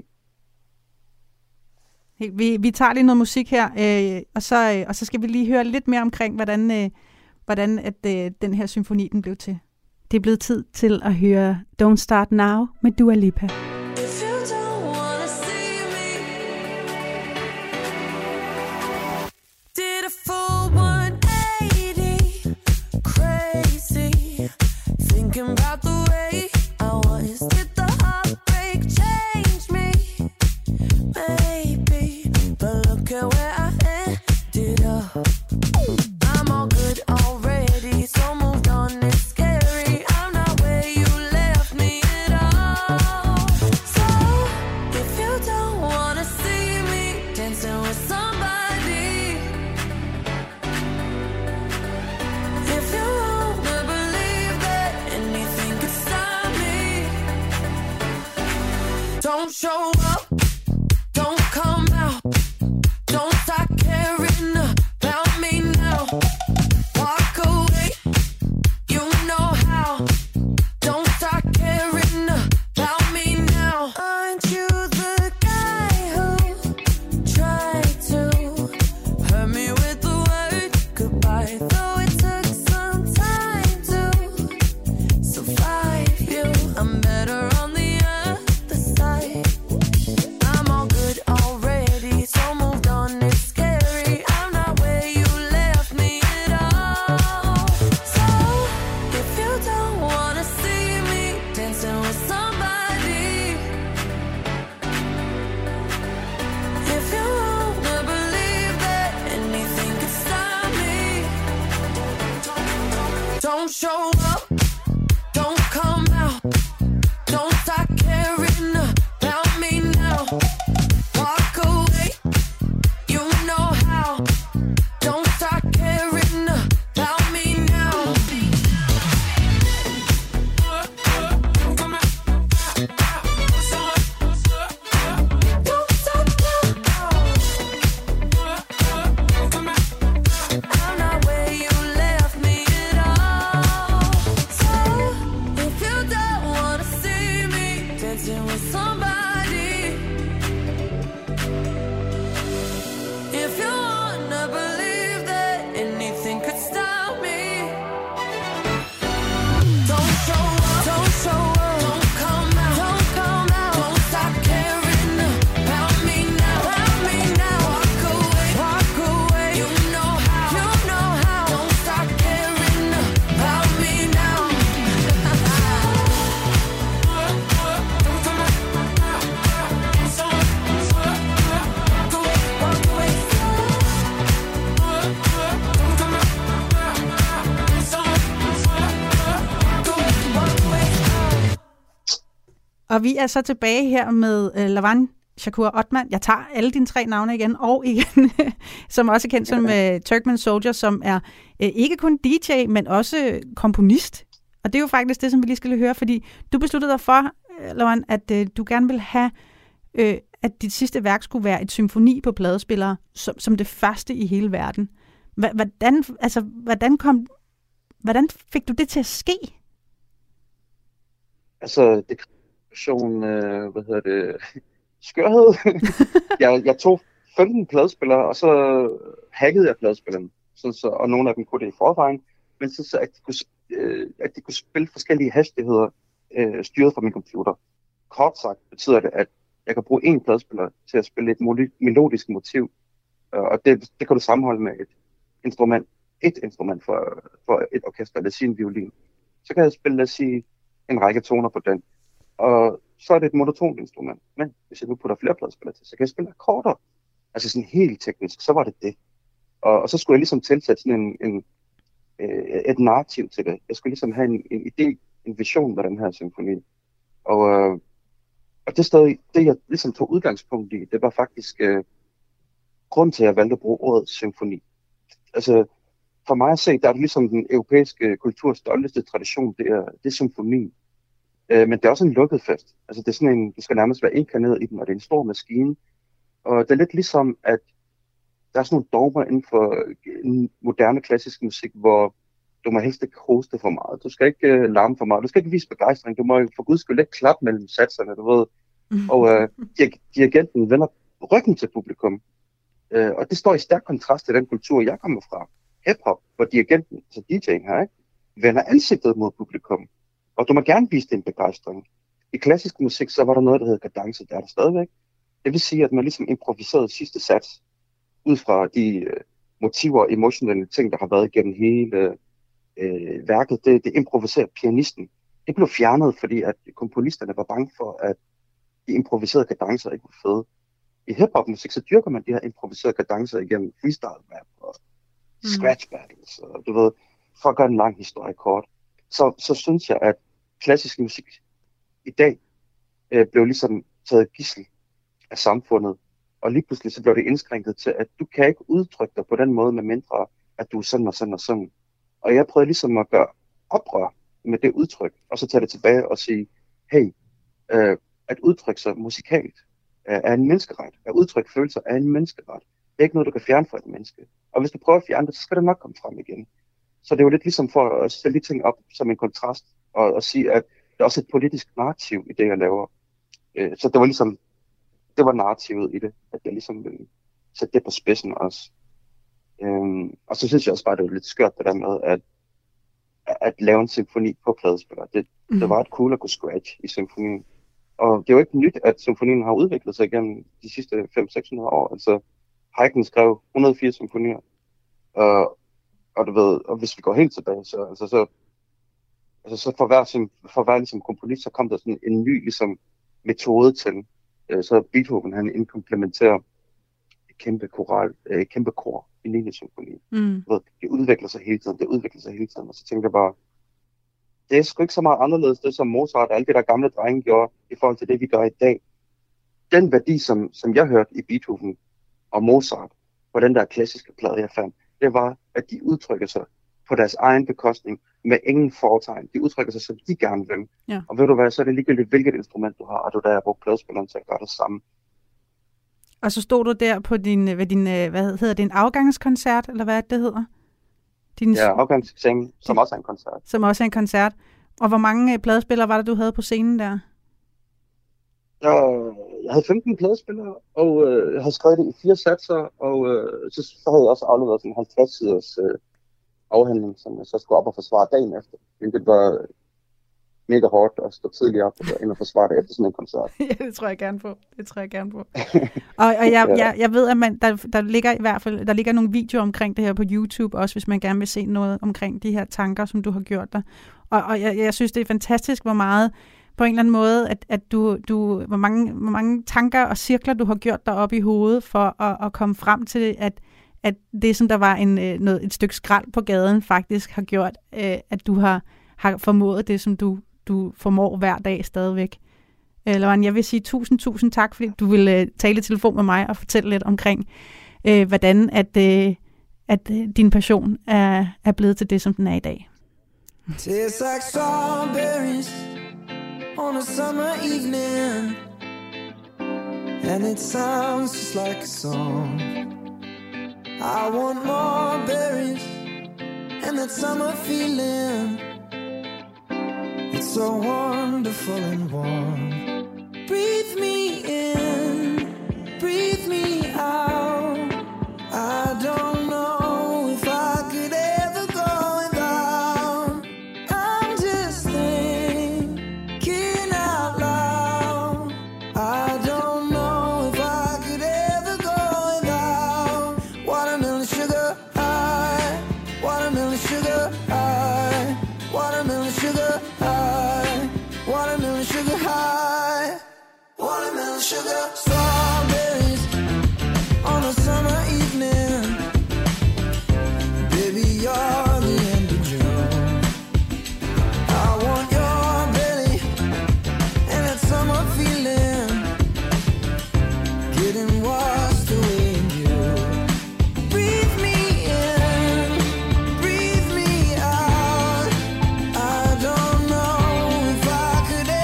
Vi, vi tager lige noget musik her, øh, og, så, øh, og så skal vi lige høre lidt mere omkring, hvordan, øh, hvordan at, øh, den her symfoni den blev til. Det er blevet tid til at høre Don't Start Now med Dua Lipa. About the way I was, did the heartbreak change me? Maybe, but look at where I ended up. I'm all good already, so moved on, it's scary. I'm not where you left me at all. So, if you don't wanna see me dancing with somebody, if you wanna believe that anything could stop me, don't show up, don't come out, don't start caring about me now. Walk away, you know how. Don't start caring about me now. Aren't you the guy who tried to hurt me with the word goodbye? Though it took some time to survive you, I'm better on the other side. I'm all good already, so moved on, it's scary. I'm not where you left me at all. So, if you don't wanna see me dancing with somebody, if you wanna believe that anything could stop me, don't show up, don't come out, don't start caring about me now. Walk away, you know how. Don't start caring about me now. Don't stop now. I'm not where you left me at all. So, if you don't wanna see me dancing with somebody, if you wanna believe that anything could stop me, don't show up, don't show up, don't come out, don't come out, don't stop caring about me now, about me now. Walk away, walk away, you know how, you know how. Don't stop caring about me now. Og vi er så tilbage her med uh, Lavan Shakur Othman. Jeg tager alle dine tre navne igen og igen, som også er kendt som uh, Turkmen Soldier, som er uh, ikke kun D J, men også komponist. Og det er jo faktisk det, som vi lige skal høre, fordi du besluttede dig for, uh, Lavan, at uh, du gerne vil have, uh, at dit sidste værk skulle være et symfoni på pladespillere, som, som det første i hele verden. Hvordan, altså, hvordan, kom, hvordan fik du det til at ske? Altså, det kræver øh, hvad hedder det, skørhed. jeg, jeg tog femten pladespillere, og så hackede jeg pladespillerne, så, så, og nogle af dem kunne det i forvejen, men så, så at, de kunne, øh, at de kunne spille forskellige hastigheder øh, styret fra min computer. Kort sagt betyder det, at jeg kan bruge én pladespiller til at spille et melodisk motiv, og det, det kan du sammenholde med et instrument, et instrument for, for et orkester, lad os sige en violin. Så kan jeg spille, lad os sige, en række toner på den. Og så er det et monotont instrument. Men hvis jeg nu putter flere pladespillere til, så kan jeg spille akkorder. Altså sådan helt teknisk, så var det det. Og, og så skulle jeg ligesom tilsætte sådan en, en, øh, et narrativ til det. Jeg skulle ligesom have en, en idé, en vision med den her symfoni. Og, øh, og det, stadig, det, jeg ligesom tog udgangspunkt i, det var faktisk øh, grund til, at jeg valgte at bruge ordet symfoni. Altså, for mig at se, der er det ligesom den europæiske kulturs stolteste tradition, det er, det er symfoni. Øh, men det er også en lukket fest. Altså det er sådan en, du skal nærmest være inkarneret i den, og det er en stor maskine. Og det er lidt ligesom, at der er sådan nogle dogmer inden for moderne klassisk musik, hvor du må helst ikke hoste for meget. Du skal ikke uh, larme for meget. Du skal ikke vise begejstring. Du må jo for guds skyld ikke klappe mellem satserne, du ved. Og uh, dir- dirigenten vender ryggen til publikum. Uh, og det står i stærk kontrast til den kultur, jeg kommer fra. Hip-hop, hvor dirigenten, altså D J'en her, ikke, vender ansigtet mod publikum. Og du må gerne vise din begejstring. I klassisk musik, så var der noget, der hedder kadence, der er der stadigvæk. Det vil sige, at man ligesom improviserede sidste sats, ud fra de uh, motiver og emotionelle ting, der har været igennem hele øh, værket. Det, det improviserede pianisten. Det blev fjernet, fordi at komponisterne var bange for, at de improviserede kadencer ikke var fede. I hip-hop-musik, så dyrker man de her improviserede kadencer igennem freestyle-rap og mm. scratch battles, og du ved, for at gøre en lang historie kort. Så, så synes jeg, at klassisk musik i dag øh, blev ligesom taget gidsel af samfundet, og lige pludselig så blev det indskrænket til, at du kan ikke udtrykke dig på den måde, med mindre at du er sådan og sådan og sådan. Og jeg prøvede ligesom at gøre oprør med det udtryk, og så tage det tilbage og sige, hey, øh, at udtrykke sig musikalt øh, er en menneskeret. At udtrykke følelser er en menneskeret. Det er ikke noget, du kan fjerne fra et menneske. Og hvis du prøver at fjerne det, så skal det nok komme frem igen. Så det er jo lidt ligesom for at stille de ting op som en kontrast, og, og sige, at der er også et politisk narrativ i det, jeg laver. Øh, så det var ligesom, det var narrativet i det, at jeg ligesom ville sætte det på spidsen også. Øhm, og så synes jeg også bare, det var lidt skørt det der med, at, at lave en symfoni på pladespiller. Det, mm. det var et cool at gå scratch i symfonien. Og det er jo ikke nyt, at symfonien har udviklet sig gennem de sidste fem til seks hundrede år. Altså, Haydn skrev et hundrede og fire symfonier. Og, og du ved, og hvis vi går helt tilbage, så, altså, så, altså, så for hver, for hver ligesom, komponist, så kom der sådan en ny ligesom, metode til. Så Beethoven, han inkomplementerer et kæmpe koral, et kæmpe kor i niende symfoni. Mm. Det udvikler sig hele tiden, det udvikler sig hele tiden. Og så tænkte jeg bare, det er sgu ikke så meget anderledes, det som Mozart og alle de der gamle drenge gjorde, i forhold til det, vi gør i dag. Den værdi, som, som jeg hørte i Beethoven og Mozart, på den der klassiske plade, jeg fandt, det var, at de udtrykker sig på deres egen bekostning, med ingen foretegn. De udtrykker sig, som de gerne vil. Ja. Og ved du hvad, så er det ligegyldigt, hvilket instrument du har, og du der har brugt pladespilleren til at gøre det samme. Og så stod du der på din, hvad, din, hvad hedder det, en afgangskoncert, eller hvad det hedder? Din, ja, afgangseksamen, som også er en koncert. Som også er en koncert. Og hvor mange pladespillere var det, du havde på scenen der? Jeg, jeg havde femten pladespillere, og øh, jeg havde skrevet det i fire satser, og øh, så, så havde jeg også afleveret sådan en halvtreds siders øh, afhandling, som jeg så skulle op og forsvare dagen efter. Hvilket var mega hårdt at stå tidligere op og ind og forsvare det efter sådan en koncert. Ja, det tror jeg gerne på. Det tror jeg gerne på. og og jeg, ja. jeg, jeg ved, at man, der, der ligger i hvert fald der ligger nogle videoer omkring det her på YouTube, også hvis man gerne vil se noget omkring de her tanker, som du har gjort dig. Og, og jeg, jeg synes, det er fantastisk, hvor meget på en eller anden måde, at, at du, du, hvor, mange, hvor mange tanker og cirkler, du har gjort dig op i hovedet for at, at komme frem til, at, at det, som der var en, noget, et stykke skrald på gaden, faktisk har gjort, at du har, har formået det, som du, du formår hver dag stadigvæk. Loan, jeg vil sige tusind, tusind tak, fordi du ville tale i telefon med mig og fortælle lidt omkring, øh, hvordan at, øh, at din passion er, er blevet til det, som den er i dag. Tastes like strawberries on a summer evening, and it sounds just like a song. I want more berries and that summer feeling. It's so wonderful and warm. Breathe me in, breathe me out. I don't know if I could ever go without. I'm just thinking out loud. I don't know if I could ever go without watermelon sugar high, watermelon sugar high, watermelon sugar high, watermelon sugar high, watermelon sugar. Strawberries on a summer evening. Baby, you're the end of June. I want your belly and that summer feeling, getting washed away in you. Breathe me in, breathe me out. I don't know if I could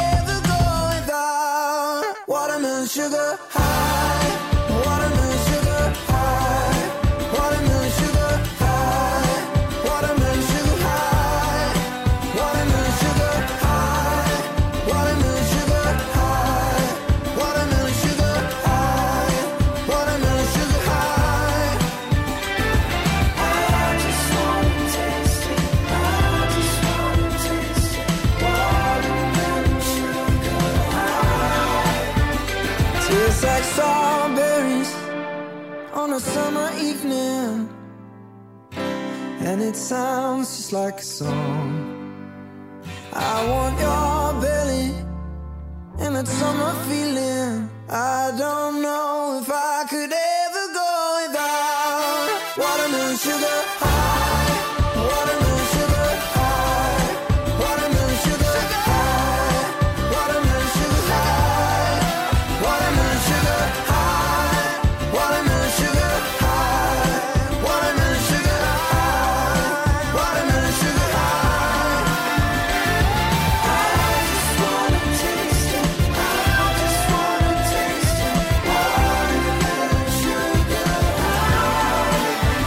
watermelon sugar high, watermelon sugar high, watermelon sugar high, watermelon sugar high, watermelon sugar high, watermelon sugar high, watermelon sugar high, watermelon sugar high. I just wanna taste it, I just wanna taste it, watermelon sugar high. Tastes like strawberries on a summer evening, and it sounds just like a song. I want your belly and that summer feeling. I don't know if I could ever go without watermelon sugar high, watermelon sugar high, watermelon sugar high, watermelon sugar high, watermelon sugar high, watermelon sugar high, watermelon sugar high, watermelon sugar high. I just wanna taste it, I just wanna taste it, watermelon sugar high.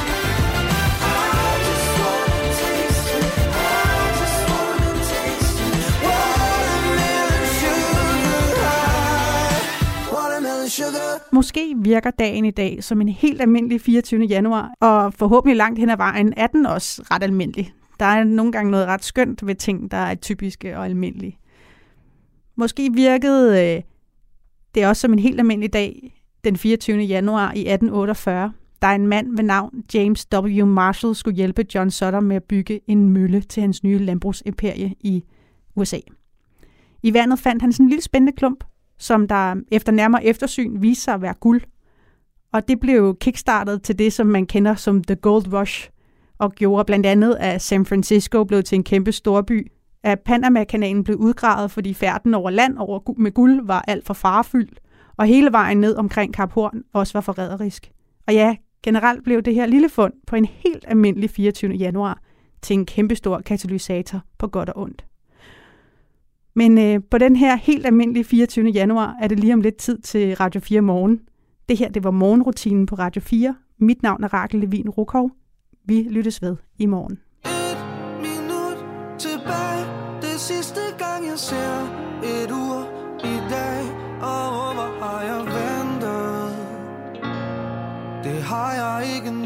I just wanna taste it, I just wanna taste it, watermelon sugar high, watermelon sugar. Måske virker dagen i dag som en helt almindelig fireogtyvende januar, og forhåbentlig langt hen ad vejen er den også ret almindelig. Der er nogle gange noget ret skønt ved ting, der er typiske og almindelige. Måske virkede øh, det også som en helt almindelig dag den fireogtyvende januar i atten otteogfyrre, da en mand ved navn James W. Marshall skulle hjælpe John Sutter med at bygge en mølle til hans nye landbrugsimperie i U S A. I vandet fandt han sådan en lille spændende klump, som der efter nærmere eftersyn viste sig at være guld. Og det blev kickstartet til det, som man kender som The Gold Rush, og gjorde blandt andet, at San Francisco blev til en kæmpe storby, at Panama-kanalen blev udgravet, fordi færden over land over med guld var alt for farefyldt, og hele vejen ned omkring Kap Horn også var forræderisk. Og ja, generelt blev det her lille fund på en helt almindelig fireogtyvende januar til en kæmpestor katalysator på godt og ondt. Men øh, på den her helt almindelige fireogtyvende januar er det lige om lidt tid til Radio fire Morgen. Det her, det var morgenrutinen på Radio fire. Mit navn er Rakel Levin Rukhov. Vi lyttes ved i morgen. Minut tilbage, det sidste gang jeg ser et ur i dag. Og hvor har jeg ventet? Det har jeg ikke